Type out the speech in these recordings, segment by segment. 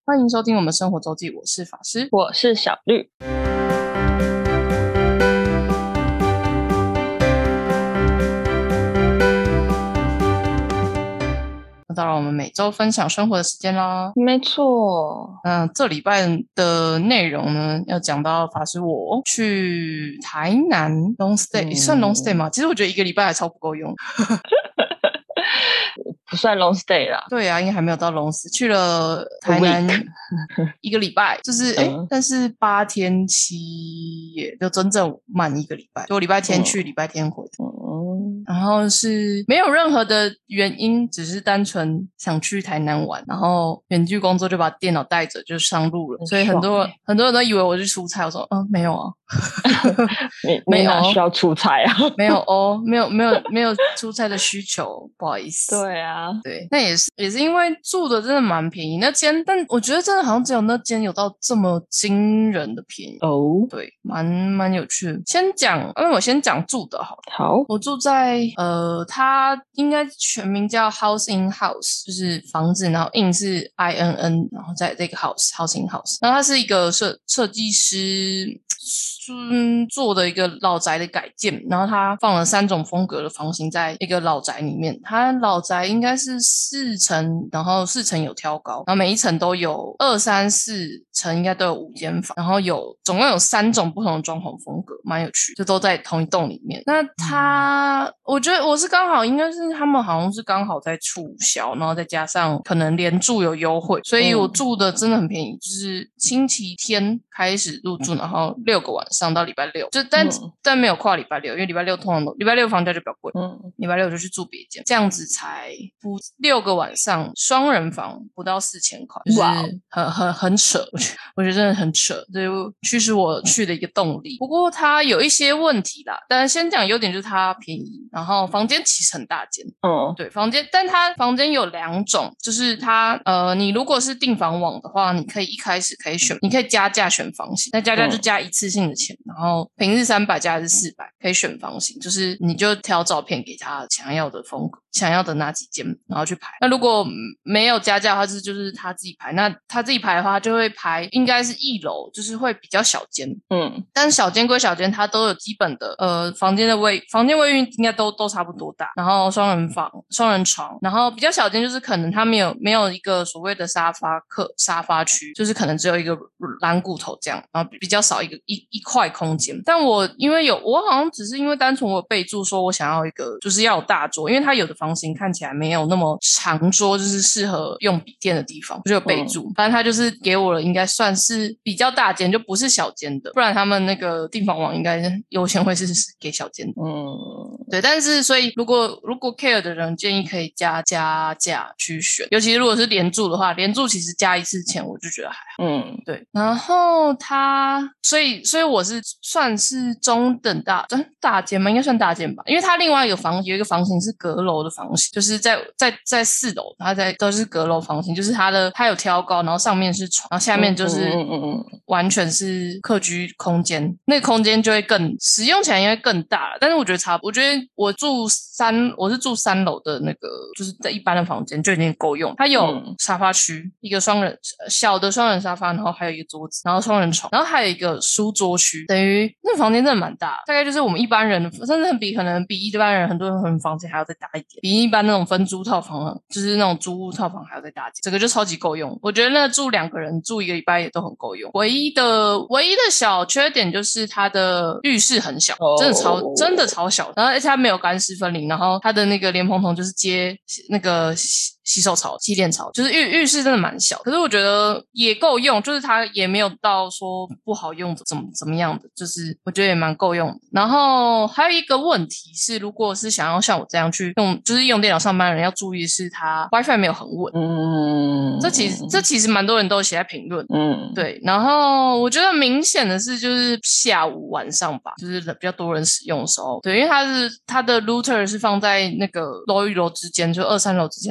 欢迎收听我们生活周记，我是法师， 我是小绿。 到了我们每周分享生活的时间啦。 没错。 这礼拜的内容呢，要讲到法师我去台南 long stay，算 long stay 吗？其实我觉得1个礼拜还超不够用。 不算 long stay 啦。 对啊，应该还没有到 long stay， 去了台南1个礼拜，就是但是8天7夜，就真正满1个礼拜，就我礼拜天去，礼拜天回。然后是没有任何的原因，只是单纯想去台南玩，然后远距工作就把电脑带着就上路了，所以很多人都以为我是出差，我说没有啊。 你哪需要出差啊？ 没有哦，没有出差的需求，不好意思。 对啊， 对，那也是因为住的真的蛮便宜那间，但我觉得真的好像只有那间有到这么惊人的便宜哦。 对，蛮有趣的。我先讲住的好了。 好， 我住在它应该全名叫 House in House， 就是房子，然后 in 是 INN， 然后在这个 House in House， 然后它是一个设计师做的一个老宅的改建，然后他放了3种风格的房型在一个老宅里面。他老宅应该是4层，然后4层有挑高，然后每一层都有2、3、4层应该都有5间房，然后总共有3种不同的装潢风格，蛮有趣，就都在同一栋里面。那我觉得我是刚好，应该是他们好像是刚好在促销，然后再加上可能连住有优惠，所以我住的真的很便宜，就是星期天开始入住，然后6个晚上到礼拜六，就但没有跨礼拜六，因为礼拜六通常礼拜六房价就比较贵，礼拜六就去住别间，这样子才6个晚上双人房不到4000块，就是很扯，我觉得真的很扯，这就驱使我去的一个动力。不过它有一些问题啦，但先讲优点就是它便宜，然后房间其实很大间，对，但它房间有2种，就是你如果是订房网的话，你可以一开始可以选，你可以加价选房型，那加价就加一次性的钱，然后平日300，假日400，可以选房型，就是你就挑照片给他想要的风格，想要的那几间，然后去排。那如果没有加价的话，就是他自己排。那他自己排的话，就会排应该是1楼，就是会比较小间，但是小间归小间，它都有基本的房间卫浴应该都差不多大，然后双人床，然后比较小间就是可能它没有一个所谓的沙发区，就是可能只有一个蓝骨头这样，然后比较少一块空间。但我好像只是因为单纯我有备注说我想要一个就是要有大桌，因为它有的房型看起来没有那么长桌，就是适合用笔电的地方，我就有备注。反正它就是给我了，应该算是比较大间，就不是小间的，不然他们那个订房网应该优先会是给小间的。对，但是所以如果 care 的人建议可以加价去选，尤其是如果是连住的话，连住其实加一次钱我就觉得还好。对，然后所以我是算是中等大间嘛，应该算大间吧，因为它另外有一个房型是阁楼的房型，就是在4楼，它都是阁楼房型，就是它有挑高，然后上面是床，然后下面就是完全是客居空间，那个空间就会使用起来应该更大了。但是我觉得我是住3楼的那个，就是在一般的房间就已经够用。它有沙发区，一个小的双人沙发，然后还有一个桌子，然后双人床，然后还有一个书桌区，等于那个房间真的蛮大，大概就是我们一般人甚至可能比一般人很多人房间还要再大一点，比一般那种分租套房，就是那种租屋套房还要再大一点，这个就超级够用。我觉得那住2个人住1个礼拜也都很够用。唯一的小缺点就是它的浴室很小，真的超小，然后而且它没有干湿分离，然后它的那个莲蓬头就是接那个洗手槽、洗脸槽，就是浴室真的蛮小，可是我觉得也够用，就是它也没有到说不好用怎么样的，就是我觉得也蛮够用的。然后还有一个问题是，如果是想要像我这样去就是用电脑上班的人，要注意是它 WiFi 没有很稳。这其实蛮多人都有写在评论。对，然后我觉得明显的是就是下午晚上吧，就是比较多人使用的时候，对，因为它的 router 是放在那个楼与楼之间，就2、3楼之间、3、4楼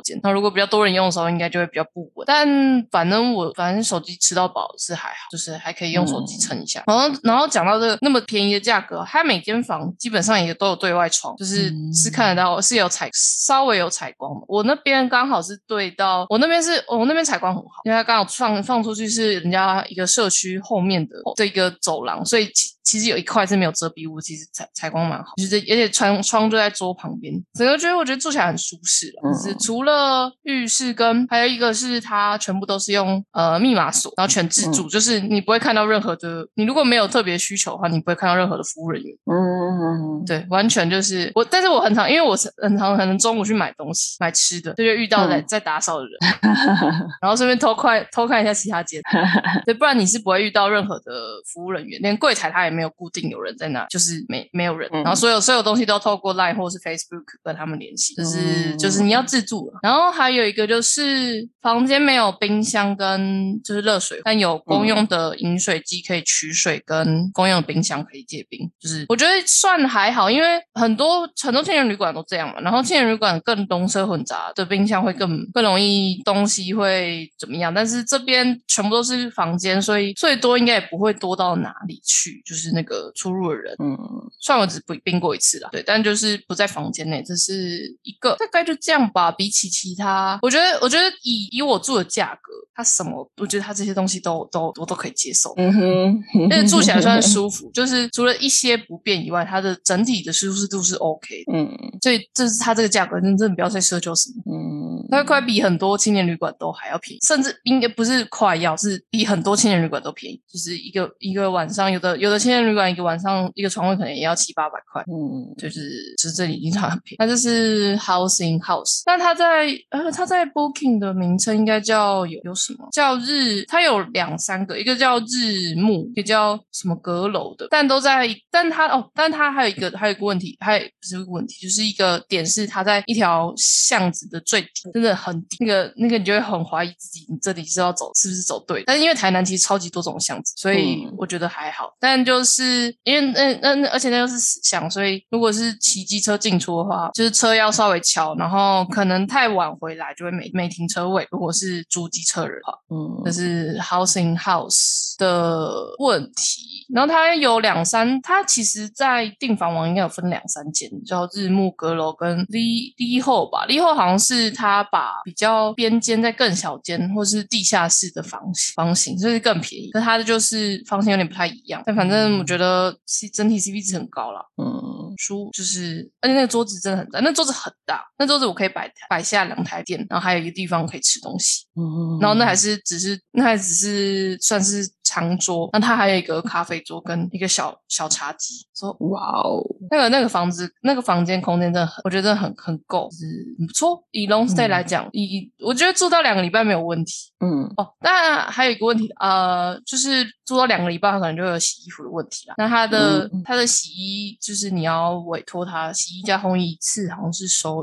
间，那如果比较多人用的时候应该就会比较不稳，但反正手机吃到饱是还好，就是还可以用手机撑一下。然后讲到这个那么便宜的价格，它每间房基本上也都有对外窗，就是是看得到，是有稍微有采光的。我那边刚好是对到我那边采光很好，因为它刚好放出去是人家一个社区后面的一个走廊，所以其实有一块是没有遮蔽物，其实采光蛮好，就是而且窗就在桌旁边，整个我觉得住起来很舒适了。就是除了浴室跟还有一个是它全部都是用密码锁，然后全自助，就是你不会看到任何的，你如果没有特别需求的话，你不会看到任何的服务人员。对，完全就是但是我很常，因为我很常可能中午去买东西买吃的，就会遇到在打扫的人，然后顺便偷看一下其他间，对，不然你是不会遇到任何的服务人员，连柜台他也没有固定有人在那，就是没有人，然后所有东西都透过 LINE 或是 Facebook 跟他们联系，就是你要自助了。然后还有一个就是房间没有冰箱跟就是热水，但有公用的饮水机可以取水，跟公用的冰箱可以结冰，就是我觉得算还好，因为很多青年旅馆都这样嘛，然后青年旅馆更东西混杂的冰箱会更容易东西会怎么样，但是这边全部都是房间，所以最多应该也不会多到哪里去，就是那个出入的人。虽然我只冰过一次啦，对，但就是不在房间内，这是一个大概就这样吧。比起其他，我觉得以我住的价格，它什么，我觉得它这些东西我都可以接受。而且住起来算舒服，就是除了一些不便以外，它的整体的舒适度是 OK 的。所以这是它这个价格，真的不要再奢求什么。它快比很多青年旅馆都还要便宜，甚至应该不是快要，是比很多青年旅馆都便宜。就是一个晚上，有的青年旅馆一个晚上一个床位可能也要700-800块。就是这里已经很便宜。它这是 House in House， 但它在 Booking 的名称应该叫有什么叫它有2-3个，一个叫日暮，一个叫什么阁楼的，但它还有一个问题，它也不是一个问题，就是一个点是它在一条巷子的最底，真的很底，那个你就会很怀疑自己，你这里是不是走对？但是因为台南其实超级多种巷子，所以我觉得还好。但就是因为而且那又是死巷，所以如果是骑机车进出的话，就是车要稍微敲，然后可能太晚回来就会没停车位。如果是租机车人的话，这是 House in House 的问题。然后它有它其实在订房网应该有分2-3间，叫日暮阁楼跟利后吧。利后好像是它把比较边间在更小间或是地下室的房型，就是更便宜。可它的就是房型有点不太一样，但反正我觉得整体 CP 值很高啦。就是而且那个桌子真的很大，那桌子很大，那桌子我可以摆下2台电，然后还有一个地方可以吃东西。然后那还只是算是长桌，那它还有一个咖啡桌跟一个小茶几。说哇哦，那个房间空间真的我觉得真的很够，就是很不错。以 long stay 来讲，我觉得住到2个礼拜没有问题。但还有一个问题，就是住到2个礼拜，可能就会有洗衣服的问题啦。那它的洗衣就是你要委托它洗衣加烘衣一次，好像是收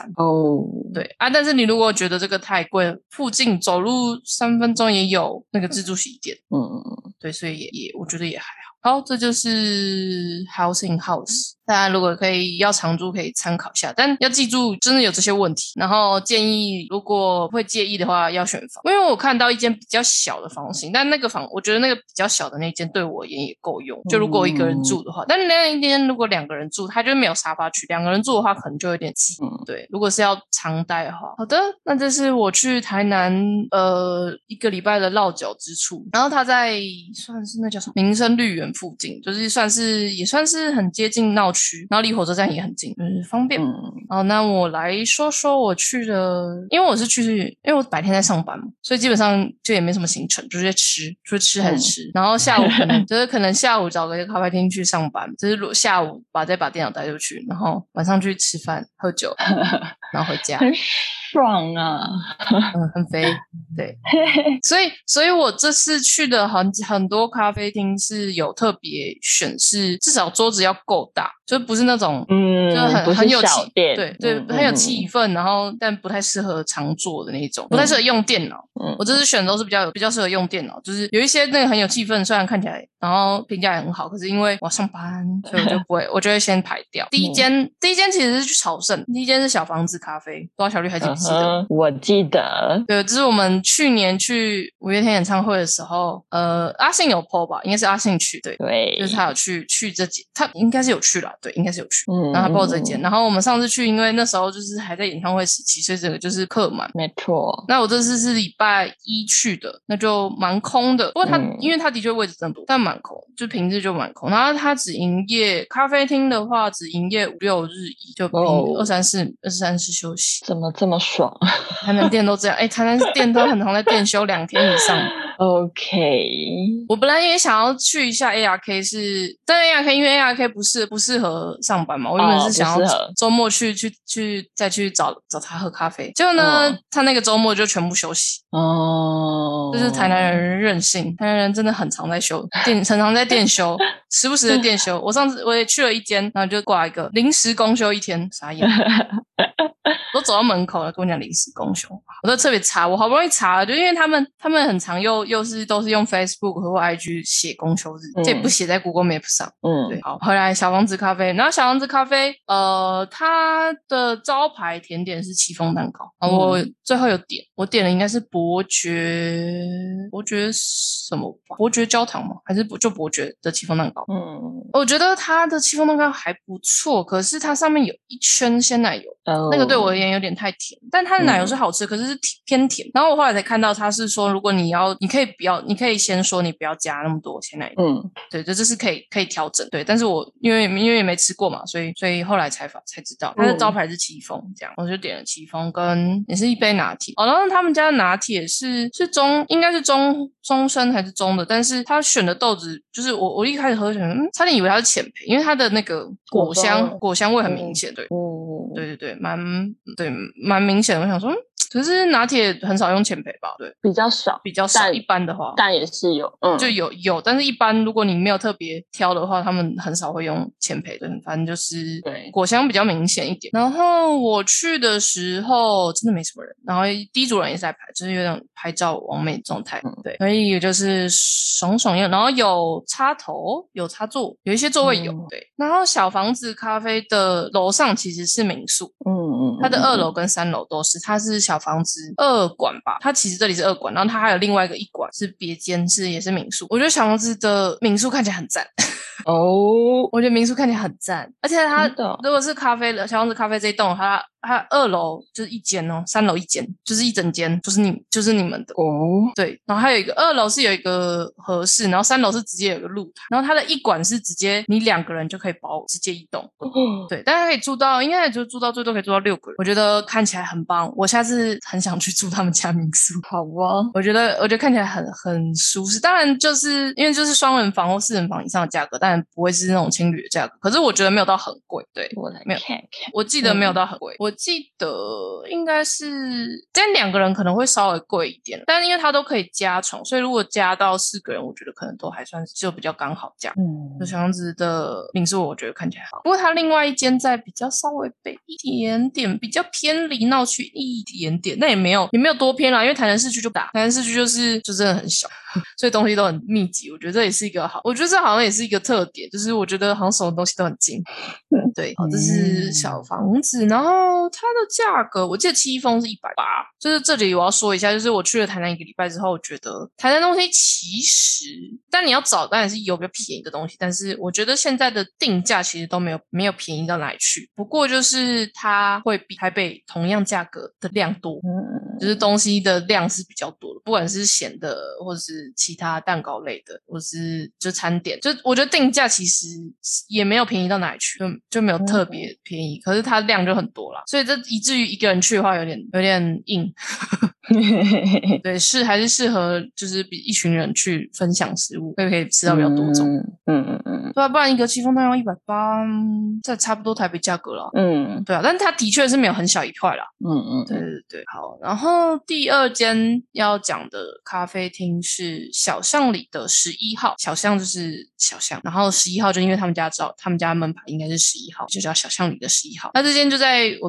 130。对啊，但是你如果觉得这个太贵，附近走路3分钟也有那个自助洗衣店。对，所以我觉得也还好。好，这就是 House in House。大家如果要常住可以参考一下，但要记住真的有这些问题。然后建议如果会介意的话要选房，因为我看到一间比较小的房型，但我觉得那个比较小的那间对我而言也够用。就如果我一个人住的话，但那一间如果2个人住，它就没有沙发区，2个人住的话可能就有点挤。对，如果是要常待的话。好的，那这是我去台南1个礼拜的落脚之处。然后它在算是那叫什么民生绿园附近，就是也算是很接近闹区，然后离火车站也很近，方便。好，那我来说说我去的，因为我白天在上班嘛，所以基本上就也没什么行程，就是吃还是吃。然后下午可能下午找个咖啡厅去上班，就是下午再把电脑带出去，然后晚上去吃饭喝酒，然后回家。 很爽啊。 很肥。对。所以我这次去的很多咖啡厅是有特别选，是至少桌子要够大，就不是那种就很有小店， 对，很有气氛，然后但不太适合常坐的那种，不太适合用电脑。我这次选的都是比较适合用电脑，就是有一些那个很有气氛，虽然看起来然后评价也很好，可是因为我要上班，所以我就不会，我就会先排掉。第一间其实是去朝圣，第一间是小房子咖啡，不知道小绿还记不记得？ 我记得。 对，这是我们去年去五月天演唱会的时候，阿信有 po 吧，应该是阿信去，对，就是他有去这间，他应该是有去啦，对，应该是有去，然后他 po 这间，然后我们上次去，因为那时候就是还在演唱会时期，所以整个就是客满， 没错。 那我这次是礼拜一去的，那就蛮空的，不过因为他的确位置真的多，但蛮空，就平日就蛮空，然后他只营业咖啡厅的话，只营业5、6日一，就平23、24休息， 怎么这么爽？ 台南店都这样，台南店都很常在店休2天以上。 OK， 我本来也想要去一下 ARK， 但 ARK 因为 ARK 不适合上班嘛，我原本是想要周末再去找他喝咖啡，结果呢，他那个周末就全部休息。就是台南人任性，台南人真的很常在休很常在店休，时不时的店休。我上次我也去了一间，然后就挂一个临时公休1天，傻眼。我走到门口了，跟我讲临时公休，我都特别查，我好不容易查了，就因为他们很常又是都是用 Facebook 或 IG 写公休日，这也不写在 Google Map 上。对，好，回来小房子咖啡，然后小房子咖啡，它的招牌甜点是戚风蛋糕，我最后有点，我点了应该是伯爵什么吧？伯爵焦糖吗？还是就伯爵的戚风蛋糕？我觉得它的戚风蛋糕还不错，可是它上面有一圈鲜奶油，那个对我而言有点太甜，但它的奶油是好吃，可是是偏甜。然后我后来才看到它是说，如果你可以先说你不要加那么多鲜奶油。对，这是可以调整。对，但是我因为也没吃过嘛，所以后来才知道它的招牌是戚风，这样我就点了戚风跟也是一杯拿铁。然后他们家的拿铁是应该是中深还是中的，但是他选的豆子就是我一开始喝差点以为它是浅焙，因为它的那个果香味很明显。对，对，蛮明显的。我想说，可是拿铁很少用浅焙吧？对， 比较少， 一般的话， 但也是有， 就有，但是一般如果你没有特别挑的话，他们很少会用浅焙的，反正就是果香比较明显一点。然后我去的时候真的没什么人，然后第一组人也在排，就是有点拍照完美状态。对，所以也就是爽用，然后有插头，有插座，有一些座位有。对，然后小房子咖啡的楼上其实是民宿，它的2楼跟3楼都是，它是小房子2馆吧，它其实这里是2馆，然后它还有另外一个1馆是别间，也是民宿。我觉得小房子的民宿看起来很赞。我觉得民宿看起来很赞，而且它如果是咖啡的小房子咖啡这一栋，它2楼就是一间哦，3楼一间，就是一整间，就是你们的。对，然后还有一个2楼是有一个和室，然后3楼是直接有一个露台，然后它的1馆是直接你2个人就可以直接移动。对，但是可以住到，应该也就住到最多可以住到6个人，我觉得看起来很棒。我下次很想去住他们家民宿。 好吧， 我觉得看起来很舒适，当然就是因为就是双人房或4人房以上的价格，当然不会是那种情侣的价格，可是我觉得没有到很贵。对， 我来看看， 我记得没有到很贵，我记得应该是但2个人可能会稍微贵一点，但因为它都可以加床，所以如果加到4个人，我觉得可能都还算是就比较刚好价。就小样子的民宿我觉得看起来好，不过它另外一间在比较稍微北一点点，比较偏离闹区一点点，那也没有多偏啦，因为台南市区就大，台南市区就真的很小，所以东西都很密集。我觉得这也是一个好，我觉得这好像也是一个特点，就是我觉得好像什么东西都很近。对，好，这是小房子，然后它的价格我记得戚风是180，就是这里我要说一下，就是我去了台南1个礼拜之后，我觉得台南东西其实，但你要找当然是有比较便宜的东西，但是我觉得现在的定价其实都没有便宜到哪里去，不过就是它会比台北同样价格的量多，就是东西的量是比较多的，不管是咸的或者是其他蛋糕类的，或是就餐点，就我觉得定价其实也没有便宜到哪里去，就没有特别便宜，可是它量就很多啦，所以这以至于一个人去的话有点硬。对，还是适合就是比一群人去分享食物，可以吃到比较多种。对啊，不然一个戚风蛋糕180，这差不多台北价格了。对啊，但它的确是没有很小一块啦。对，好。然后第2间要讲的咖啡厅是小巷里的11号，小巷就是小巷，然后11号就因为他们家门牌应该是11号，就叫小巷里的11号。那这间就在我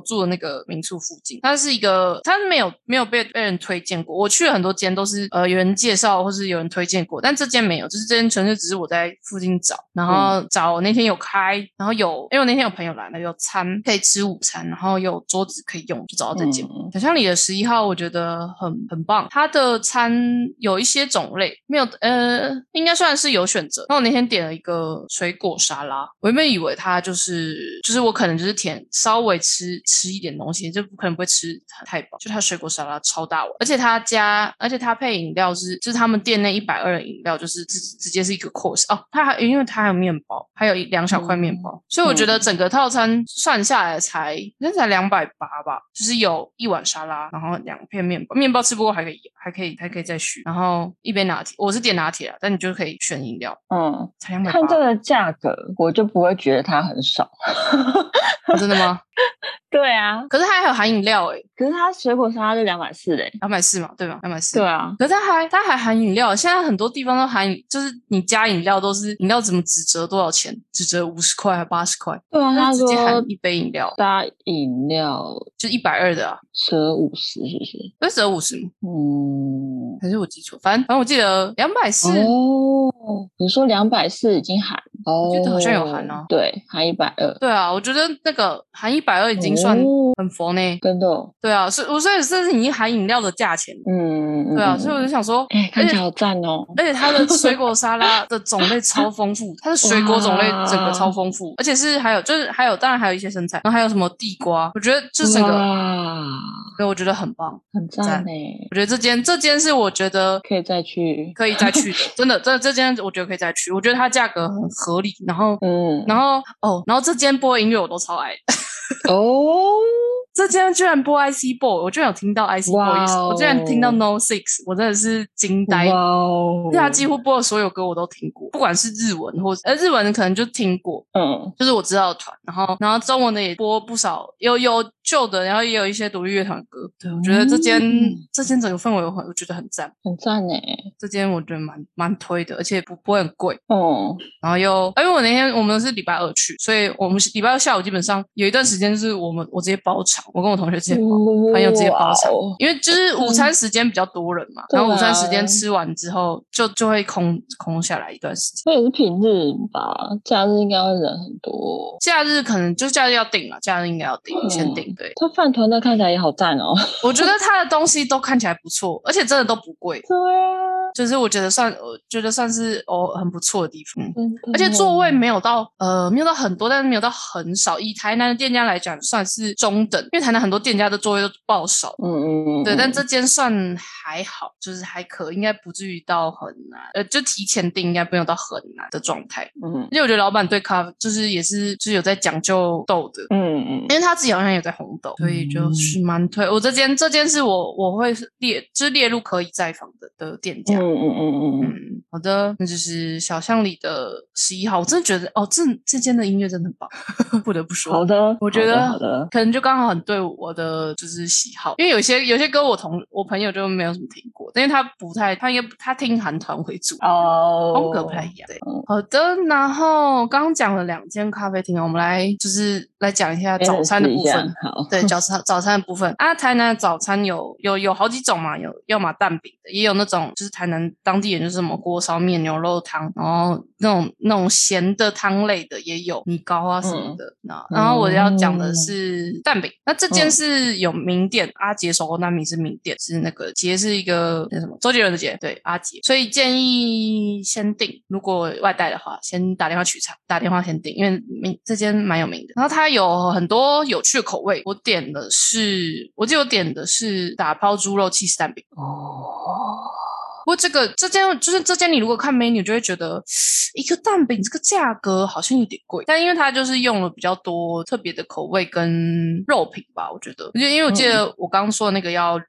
住的那个民宿附近。它是一个，它没有被人推荐过。我去了很多间都是有人介绍或是有人推荐过，但这间没有，就是这间纯粹只是我在附近找，然后找那天有开，然后因为我那天有朋友来了，有餐可以吃午餐，然后有桌子可以用，就找到这间。小巷里的11号我觉得很棒，它的餐有一些种类，没有应该算是有选择。那我那天点了一个水果沙拉，我原本以为它就是我可能就是稍微吃一点东西，就不可能不会吃太饱。就它水果沙拉超大碗，而且它配饮料就是他们店内120的饮料，就是直接是一个 course 哦。因为它还有面包，还有2小块面包，所以我觉得整个套餐算下来才280吧，就是有1碗沙拉，然后2片面包，面包吃不过还可以再续，然后一杯拿铁，我是点拿铁啦，但你就可以选饮料，才280。 看这个价格，我就不会觉得它很少。 真的吗？ 对啊， 可是它还有含饮料可是它水果沙拉就240 240嘛，对吧？240。 对啊， 可是它还含饮料，现在很多地方都含，就是你加饮料都是饮料怎么只折多少钱？只折50块还80块？ 对啊， 他直接含一杯饮料， 搭饮料就120的啊， 折50是不是？ 不是折50吗？还是我记错？反正我记得240。 你说240已经含我觉得好像有含啊， 对，含120。 对啊，我觉得那个含120已经算很佛呢， 真的。 对啊，所以这是已经含饮料的价钱了。对啊，所以我就想说， 看起来好赞哦！ 而且它的水果沙拉的种类超丰富，它的水果种类整个超丰富，而且是还有当然还有一些生菜，然后还有什么地瓜，我觉得就是整个，对，我觉得很棒， 很赞呢。 我觉得这间是我觉得可以再去的，真的这间我觉得可以再去，我觉得它价格很合理，然后这间播音乐我都超爱的。这间居然播 IC Boy， 我居然有听到 IC Boy， 我居然听到 No 6， 我真的是惊呆。他几乎播的所有歌我都听过，不管是日文或者日文可能就听过，就是我知道的团，然后中文的也播不少，有旧的，然后也有一些独立乐团歌。对，我觉得这间整个氛围我觉得很赞， 很赞耶。 这间我觉得蛮推的，而且不会很贵。然后因为我们是礼拜2去，所以我们礼拜2下午基本上有一段时间就是我直接包场。我跟我同学直接朋友直接包场，因为就是午餐时间比较多人嘛，然后午餐时间吃完之后就会空下来一段时间。 这也是平日吧，假日应该会人很多。 假日可能就假日要订了，假日应该要订，先订。对， 他饭团的看起来也好赞哦。 我觉得他的东西都看起来不错，而且真的都不贵。 对啊， 就是我觉得算是很不错的地方，而且座位没有到很多，但是没有到很少。以台南的店家来讲，算是中等，因为台南很多店家的座位都爆少。对，但这间算还好，就是还可以，应该不至于到很难。就提前订应该不用到很难的状态。而且我觉得老板对咖啡就是也是就是有在讲究豆的。因为他自己好像有在红豆，所以就是蛮推。我这间是我会列入可以再访的店家。好的，那就是小巷里的11号。我真的觉得这间的音乐真的很棒，不得不说。 好的， 我觉得可能就刚好很对我的就是喜好，因为有些歌我朋友就没有什么听过，因为他听韩团为主，风格不太一样。对，好的。然后刚刚讲了2间咖啡厅，我们来讲一下早餐的部分。对，早餐的部分啊，台南的早餐有好几种嘛，要么蛋饼的，也有那种就是台南当地人就是什么锅烧面、牛肉汤，然后那种咸的汤类的也有，米糕啊什么的。然后我要讲的是蛋饼，那这间是有名店，阿杰手工蛋饼是名店，是那个杰是一个那什么周杰伦的杰，对，阿杰，所以建议先订，如果外带的话，先打电话取餐，打电话先订，因为这间蛮有名的。然后它有很多有趣的口味，我记得我点的是打抛猪肉起司蛋饼。不过这间你如果看 menu 就会觉得一个蛋饼这个价格好像有点贵，但因为它就是用了比较多特别的口味跟肉品吧，我觉得因为我记得我刚刚说的那个要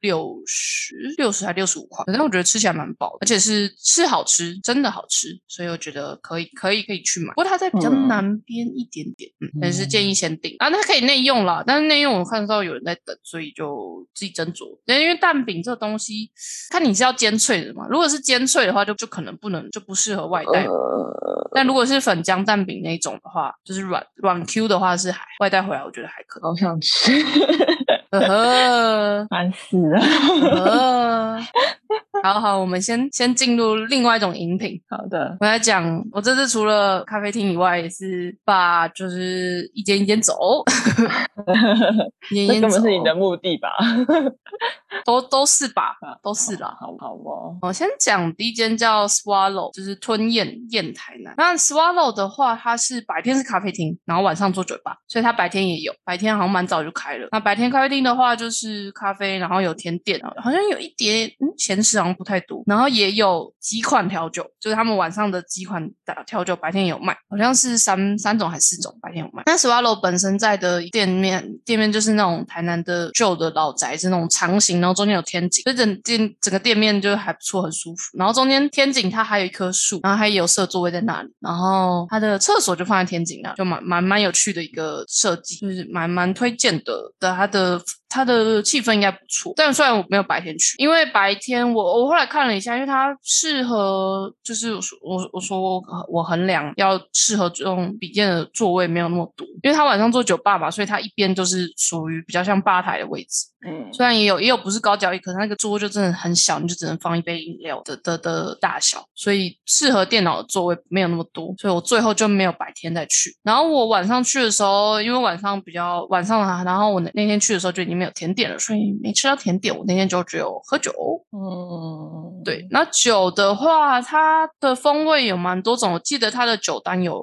60还65块，但我觉得吃起来蛮饱，而且是好吃，真的好吃，所以我觉得可以去买。不过它在比较南边一点点，但是建议先订啊，它可以内用啦，但是内用我看到有人在等，所以就自己斟酌。因为蛋饼这个东西看你是要煎脆的嘛， 如果是煎脆的话就可能就不适合外带。但如果是粉浆蛋饼那种的话，就是软 Q 的话是外带回来我觉得还可以。 好想吃。烦死了。 好，我们先进入另外一种饮品。 好的， 我来讲，我这次除了咖啡厅以外，也是把就是一间一间走。 这根本是你的目的吧？ 都是吧，都是啦。 好哦。 我先讲第一间叫 Swallow， 就是吞咽台南。那 Swallow 的话，它是白天是咖啡厅，然后晚上做酒吧，所以它白天也有，白天好像蛮早就开了。那白天咖啡厅的话，就是咖啡，然后有甜点，好像有一点咸食，好像不太多，然后也有几款调酒，就是他们晚上的几款调酒白天也有卖，好像是三种还是4种白天有卖。那 Swallow 本身在的店面就是那种台南的旧的老宅，是那种长形，然后中间有天井，所以整个店面就还不错，很舒服。然后中间天井它还有一棵树，然后还有设座位在那里，然后它的厕所就放在天井那，就蛮有趣的一个设计，就是蛮推荐的。它的气氛应该不错，但虽然我没有白天去，因为白天我后来看了一下，因为它适合就是我说我衡量要适合这种比肩的座位没有那么多，因为它晚上做酒吧嘛，所以它一边就是属于比较像吧台的位置。虽然也有不是高脚椅，可是那个桌就真的很小，你就只能放一杯饮料的大小，所以适合电脑的座位没有那么多，所以我最后就没有白天再去。然后我晚上去的时候，因为晚上然后我那天去的时候就已经没有甜点了，所以没吃到甜点。我那天就只有喝酒。对，那酒的话，它的风味有蛮多种，我记得它的酒单有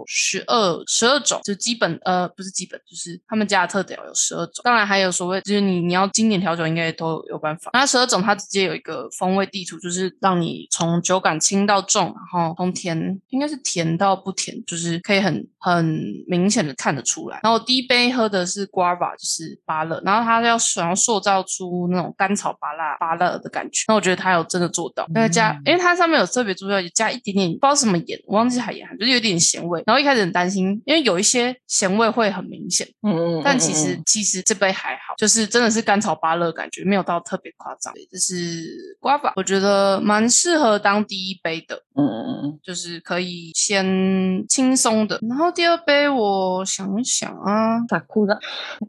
12种，就基本不是基本，就是他们家的特调有12种，当然还有所谓就是你要经典调酒应该都有办法。那12种它直接有一个风味地图，就是让你从酒感轻到重，然后从甜应该是甜到不甜，就是可以很明显的看得出来。然后我第一杯喝的是 Guava， 就是芭乐，然后它想要塑造出那种甘草芭乐的感觉，那我觉得它有真的做到。因为它上面有特别注意到加一点点不知道什么盐，我忘记海盐，就是有点咸味。然后一开始很担心，因为有一些咸味会很明显，但其实这杯还好，就是真的是甘草芭乐感觉，没有到特别夸张。这是 Guava， 我觉得蛮适合当第一杯的，就是可以先轻松的。然后第二杯我想一想啊 ，Sakura，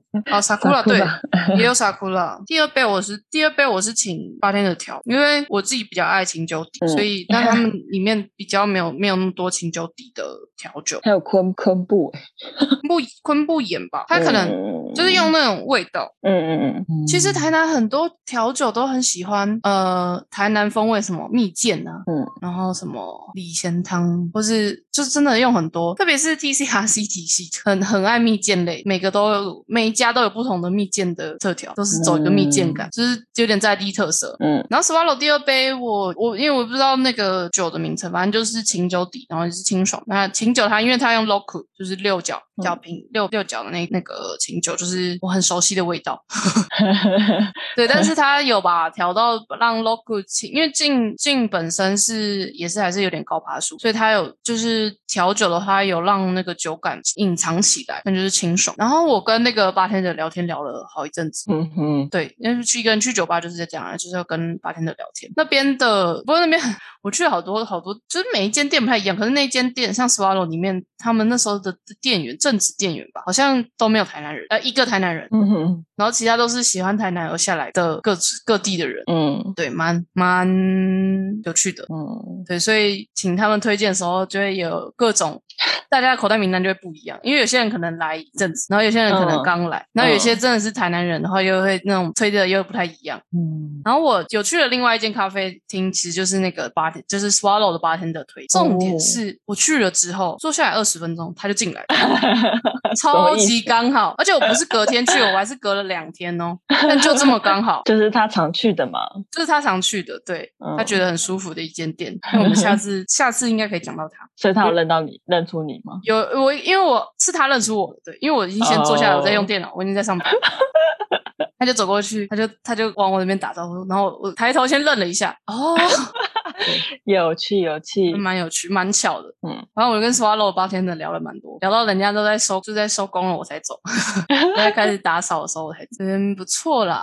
Sakura 对，也有 Sakura。第二杯我是请bartender调，因为我自己比较爱清酒底，所以但他们里面比较没有那么多清酒底的调酒。 还有昆布昆布盐吧，它可能就是用那种味道。其实台南很多调酒都很喜欢台南风味，什么蜜饯啊，然后什么李咸汤，或是就真的用很多，特别是 TCRC 体系很爱蜜饯类，每一家都有不同的蜜饯的特调，都是走一个蜜饯感，就是有点在地特色。然后 Swallow 第二杯我因为我不知道那个酒的名称，反正就是清酒底，然后也是清爽。那清酒因为它用 Local 就是六角瓶六角的那个清酒，就是我很熟悉的味道。对，但是它有把调到让 Local 清，因为劲本身也是还是有点高趴数，所以它有就是调酒的话有让那个酒感隐藏起来，那就是清爽。然后我跟那个bartender聊天聊了好一阵子。对，因为一个人去酒吧就是在讲，就是要跟bartender聊天。不过那边我去了好多，就是每一间店不太一样，可是那间店像 Swallow 里面，他们那时候的店员正职店员吧，好像都没有台南人，一个台南人，然后其他都是喜欢台南而下来的各地的人，对，蛮有趣的，对，所以请他们推荐的时候，就会有各种大家的口袋名单就会不一样，因为有些人可能来一阵子，然后有些人可能刚来，然后有些真的是台南人的话，又会那种推的又不太一样。然后我有去了另外一间咖啡厅，其实就是那个就是 Swallow 的bartender推，重点是我去了之后坐下来20分钟他就进来了，超级刚好，而且我不是隔天去，我还是隔了2天哦，但就这么刚好， 就是他常去的嘛， 就是他常去的，对，他觉得很舒服的一间店，那我们下次应该可以讲到他， 所以他有认出你吗？ 因为我是他认出我的，对，因为我已经先坐下来，我在用电脑，我已经在上班。他就走过去，他就往我那边打招呼，然后我抬头先愣了一下， 有趣， 蛮有趣，蛮巧的。然后我跟 Swallow bartender聊了蛮多，聊到人家都在收工了，我才走。在开始打扫的时候我才走，不错啦。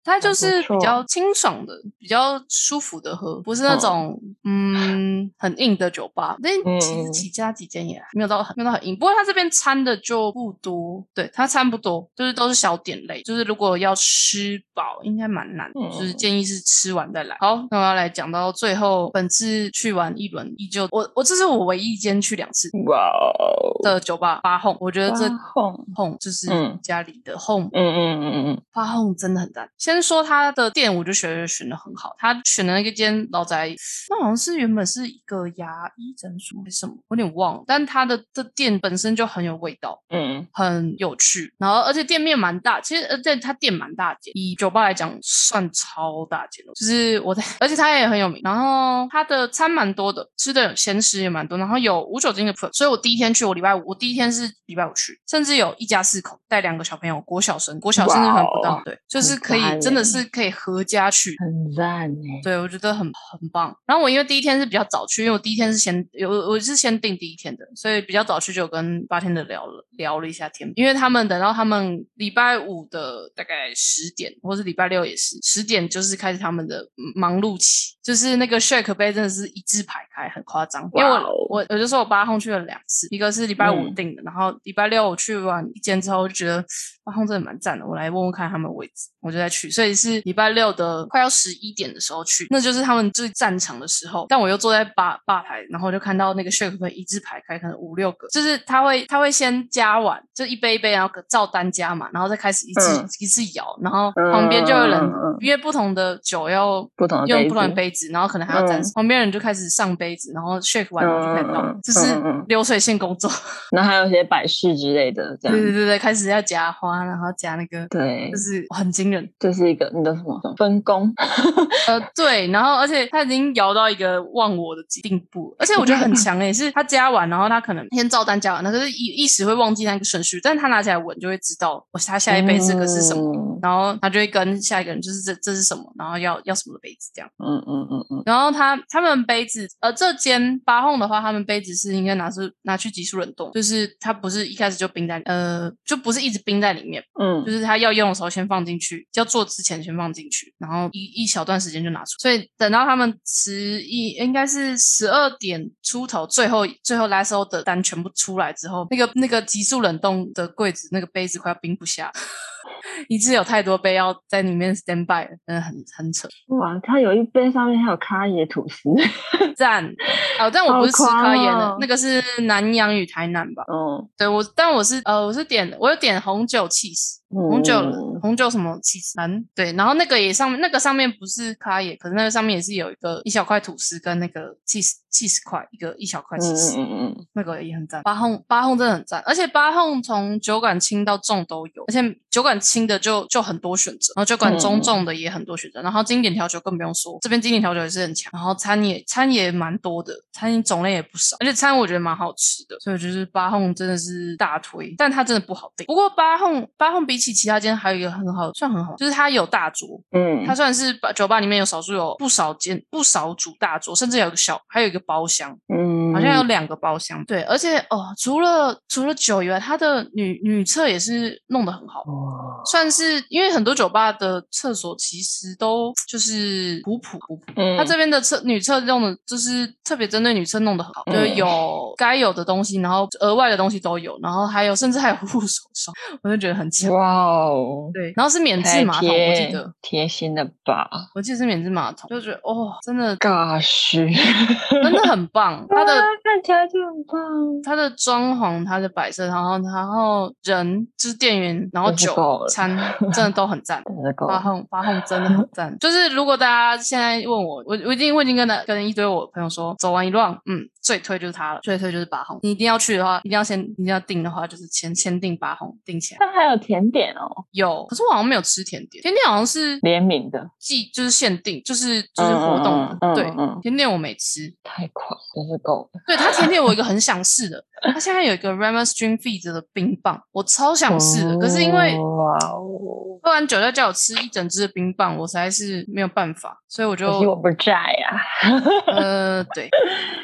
它就是比较清爽的，比较舒服的喝，不是那种很硬的酒吧。但其实几间也没有到很硬，不过它这边餐的就不多，对，它餐不多，就是都是小点类，就是如果要吃饱应该蛮难，就是建议是吃完再来。好，那我要来讲到最后，本次去完一轮依旧，我这是我唯一一间去2次的酒吧，八Home，我觉得这Home就是家里的 Home，八Home真的很赞。先说他的店，我就选的很好，他选的那个间老宅，那好像是原本是一个牙医诊所还是什么，我有点忘了，但他的店本身就很有味道，很有趣，然后而且店面蛮大，其实他店蛮大间，以酒吧来讲算超大间了，就是而且他也很有名，然后他的餐蛮多的，吃的咸食也蛮多，然后有无酒精的 所以我第一天去，我第一天是礼拜五去，甚至有一家4口带2个小朋友，国小甚至可能不到，对，就是可以真的是可以合家去， 很赞耶。 对，我觉得很棒。然后我因为第一天是比较早去，因为我第一天是我是先订第一天的，所以比较早去就跟bartender聊了一下天，因为等到他们礼拜五的大概10点，或是礼拜六也是10点，就是开始他们的忙碌期，就是那个 shake 杯真的是一字排开，很夸张。因为我就说我8Home去了2次，一个是礼拜五订的，然后礼拜六我去完一间之后就觉得8Home真的蛮赞的，我来问问看他们的位置，我就再去，所以是礼拜六的快要11点的时候去，那就是他们最战场的时候。但我又坐在吧台，然后我就看到那个 shake 杯一字排开，可能5、6个，就是他会先加碗，就一杯一杯，然后照单加嘛，然后再开始一次摇，然后旁边就有人因为不同的酒要用不同的杯子，然后可能还要沾旁边人就开始上杯子，然后 shake 完然后就开始倒，就是流水线工作。 然后还有一些摆饰之类的，这样对，开始要夹花，然后夹那个，对，就是很惊人， 这是一个那叫什么分工。 对，然后而且他已经摇到一个忘我的地步，而且我觉得很强诶，是他加完，然后他可能先照单加完，可是一时会忘记那个顺序，但是他拿起来闻就会知道他下一杯这个是什么，然后他就会跟下一个人就是这是什么，然后要什么的杯子这样。然后他们杯子这间8Home的话，他们杯子是应该拿去急速冷冻，就是他不是一开始就冰在就不是一直冰在里面，就是他要用的时候先放进去，要做之前先放进去，然后一小段时间就拿出，所以等到他们应该是12点出头，最后 last order 单全部出来之后，那个急速冷冻的柜子那个杯子快要冰不下。一次有太多杯要在里面 stand by， 真的很扯。 哇，它有一杯上面还有咖椰吐司，赞但我不是吃咖椰的，那个是南洋与台南吧？对，但我有点红酒cheese。红酒什么cheese，对，然后那个上面不是咖椰，可是那个上面也是有一小块吐司跟那个cheese块，一小块cheese，那个也很赞。8Home真的很赞，而且8Home从酒感轻到重都有，而且酒感轻的就很多选择，然后酒感中重的也很多选择，然后经典调酒更不用说，这边经典调酒也是很强，然后餐也蛮多的，餐种类也不少，而且餐我觉得蛮好吃的，所以我觉得8Home真的是大推，但它真的不好订。不过8Home比起其他间还有一个算很好，就是它有大桌，它算是酒吧里面有少数有不少组大桌，甚至还有一个包厢，好像有2个包厢，对，而且除了酒以外，它的女厕也是弄得很好，算是因为很多酒吧的厕所其实都就是普，它这边的女厕用的就是特别针对女厕弄得很好，就是有该有的东西，然后额外的东西都有，然后甚至还有护手霜，我就觉得很强。哇哦，对，然后是免治马桶，我记得贴心的吧？ 我记得是免治马桶，就觉得真的 gosh， 真的很棒。它的看起来就很棒， 它的装潢、它的摆设，然后人就是店员，然后酒餐真的都很赞。8Home真的很赞。就是如果大家现在问我已经跟一堆我朋友说，走完一 round，最推就是它了，最推就是 8Home。你一定要去的话，一定要订的话，就是先订8Home，订起来。 它还有甜点哦， 有，可是我好像没有吃甜点，甜点好像是联名的， 就是限定，就是活动的。对，甜点我没吃， 太快，真是够了。 对，它甜点我有一个很想试的，它现在有一个 Ramen Stream Feed 的冰棒，我超想试的，可是因为不然酒要叫我吃一整只的冰棒，我实在是没有办法，所以我就可惜我不在呀。 对。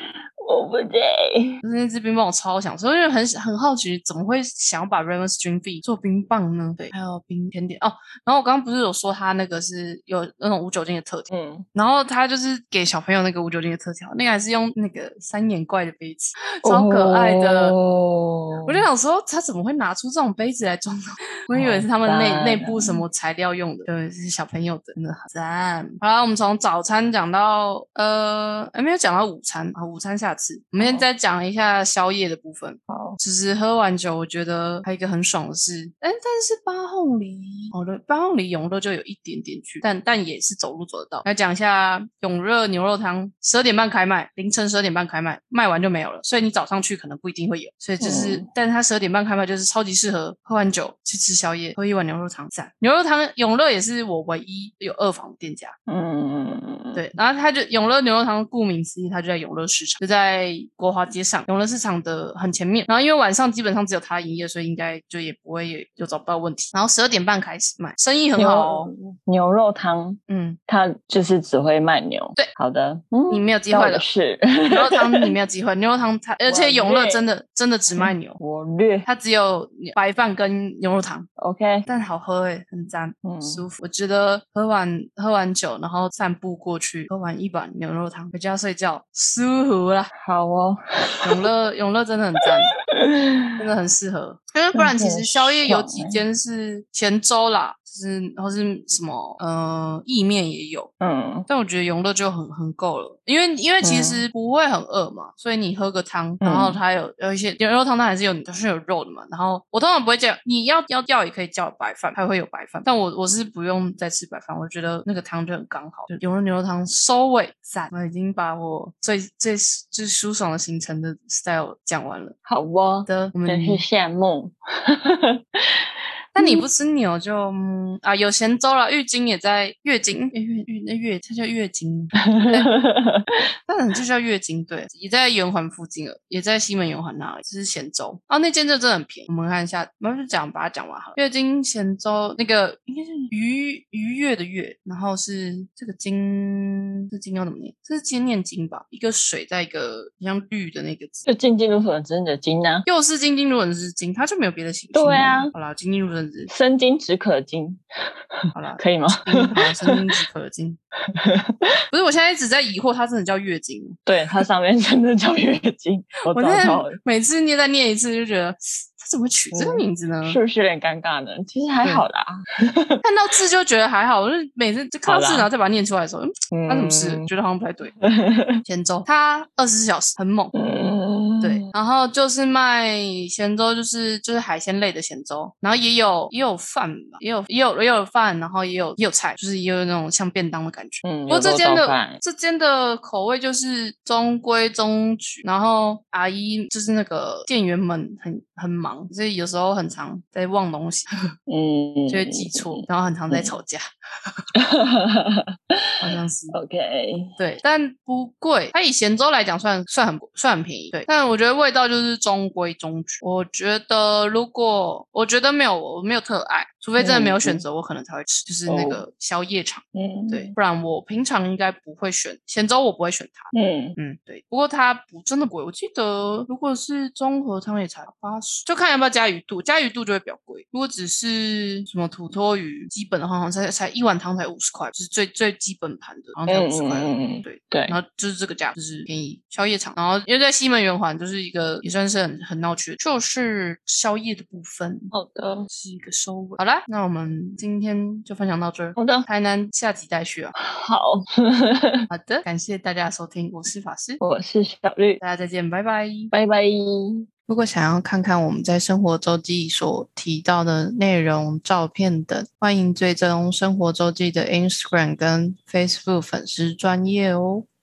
我不对， 那支冰棒我超想吃，因为很好奇怎么会想要把 Ramen String Feed 做冰棒呢？对，还有冰甜点哦。然后我刚刚不是有说它那个是有那种无酒精的特调，然后它就是给小朋友那个无酒精的特调，那个还是用那个三眼怪的杯子，超可爱的。我就想说他怎么会拿出这种杯子来装？我以为是他们内部什么材料用的，对，是小朋友的，真的很赞。好啦，我们从早餐讲到没有讲到午餐啊，午餐下次我们现在再讲一下宵夜的部分。 好， 其实喝完酒，我觉得还有一个很爽的是，但是八凤梨，对，八凤梨永乐就有一点点距，但也是走路走得到。来讲一下永乐牛肉汤，12点半开卖，凌晨12点半开卖，卖完就没有了，所以你早上去可能不一定会有，所以就是，但是它12点半开卖就是超级适合喝完酒去吃宵夜，喝一碗牛肉汤赞。牛肉汤永乐也是我唯一有2房的店家，对，然后它就永乐牛肉汤，顾名思义，它就在永乐市场，就在国华街上，永乐市场的很前面。然后因为晚上基本上只有它营业，所以应该就也不会有找不到问题。然后12点半开始卖，生意很好哦。 牛肉汤，它就是只会卖牛。 对， 好的， 你没有机会了。 是牛肉汤你没有机会，牛肉汤它，而且永乐真的只卖牛， 我略， 它只有白饭跟牛肉汤。 OK， 但好喝很赞，舒服。我觉得喝完酒，然后散步过去，喝完一碗牛肉汤，回家睡觉，舒服啦。 好哦， 永乐真的很赞，真的很适合。因为不然其实宵夜有几间是咸粥啦，然后是什么意面也有，但我觉得永乐就很够了，因为其实不会很饿嘛，所以你喝个汤，然后它有一些牛肉汤，它还是有肉的嘛。然后我通常不会叫，你要叫也可以叫白饭，它会有白饭，但我是不用再吃白饭，我觉得那个汤就很刚好。就永乐牛肉汤收尾赞，我已经把我最舒爽的行程的 style 讲完了。 好哦， 我们真是羡慕。 那你不吃牛就有咸粥了，它叫月经，但就叫月经，对，也在圆环附近了，也在西门圆环那里，这是咸粥那间就真的很便宜。我们看一下，我们就把它讲完好了。月经咸粥那个应该是愉悦的悦，然后是这个金，这金要怎么念？这是金念金吧？一个水在一个像绿的那个字， 就金金如粉之的金啊， 又是金金如粉之金，它就没有别的形式。 对啊， 好啦，金金如粉之生津止渴金， 好啦， 可以吗？ 好，生津止渴金。不是，我现在一直在疑惑，它真的叫月经？对， 它上面真的叫月经。我每次再念一次，就觉得他怎么取这个名字呢？ 是不是有点尴尬呢？其实还好啦， 看到字就觉得还好，就是每次就看到字然后再把它念出来的时候，它什么事？觉得好像不太对。咸粥，它24小时很猛。对，然后就是卖咸粥，就是海鲜类的咸粥，然后也有饭吧，也有饭，然后也有菜，就是也有那种像便当的感觉。不过这间的口味就是中规中矩，然后阿姨就是那个店员们很忙，所以有时候很常在忘东西，就会记错，然后很常在吵架。好像是 OK， 对，但不贵。它以咸粥来讲算很便宜，对。但我觉得味道就是中规中矩。我觉得我觉得我没有特爱，除非真的没有选择，我可能才会吃，就是那个宵夜场。对，不然我平常应该不会选咸粥，我不会选它。对。不过它真的不贵，我记得如果是综合汤也才80，就看要不要加鱼肚，加鱼肚就会比较贵。如果只是什么土托鱼，基本的话好像才一碗汤才50块，就是最基本盘的，好像才50块。对。然后就是这个价，就是便宜宵夜场。然后因为在西门圆环，就是一个也算是很闹区的，就是宵夜的部分。 好的， 是一个收尾。好啦，那我们今天就分享到这儿。 好的， 台南下集待续啊。 好， 好的，感谢大家的收听，我是法师， 我是小绿， 大家再见，拜拜， 拜拜。 如果想要看看我们在生活周记所提到的内容、照片等，欢迎追踪生活周记的 Instagram 跟 Facebook 粉丝专页哦。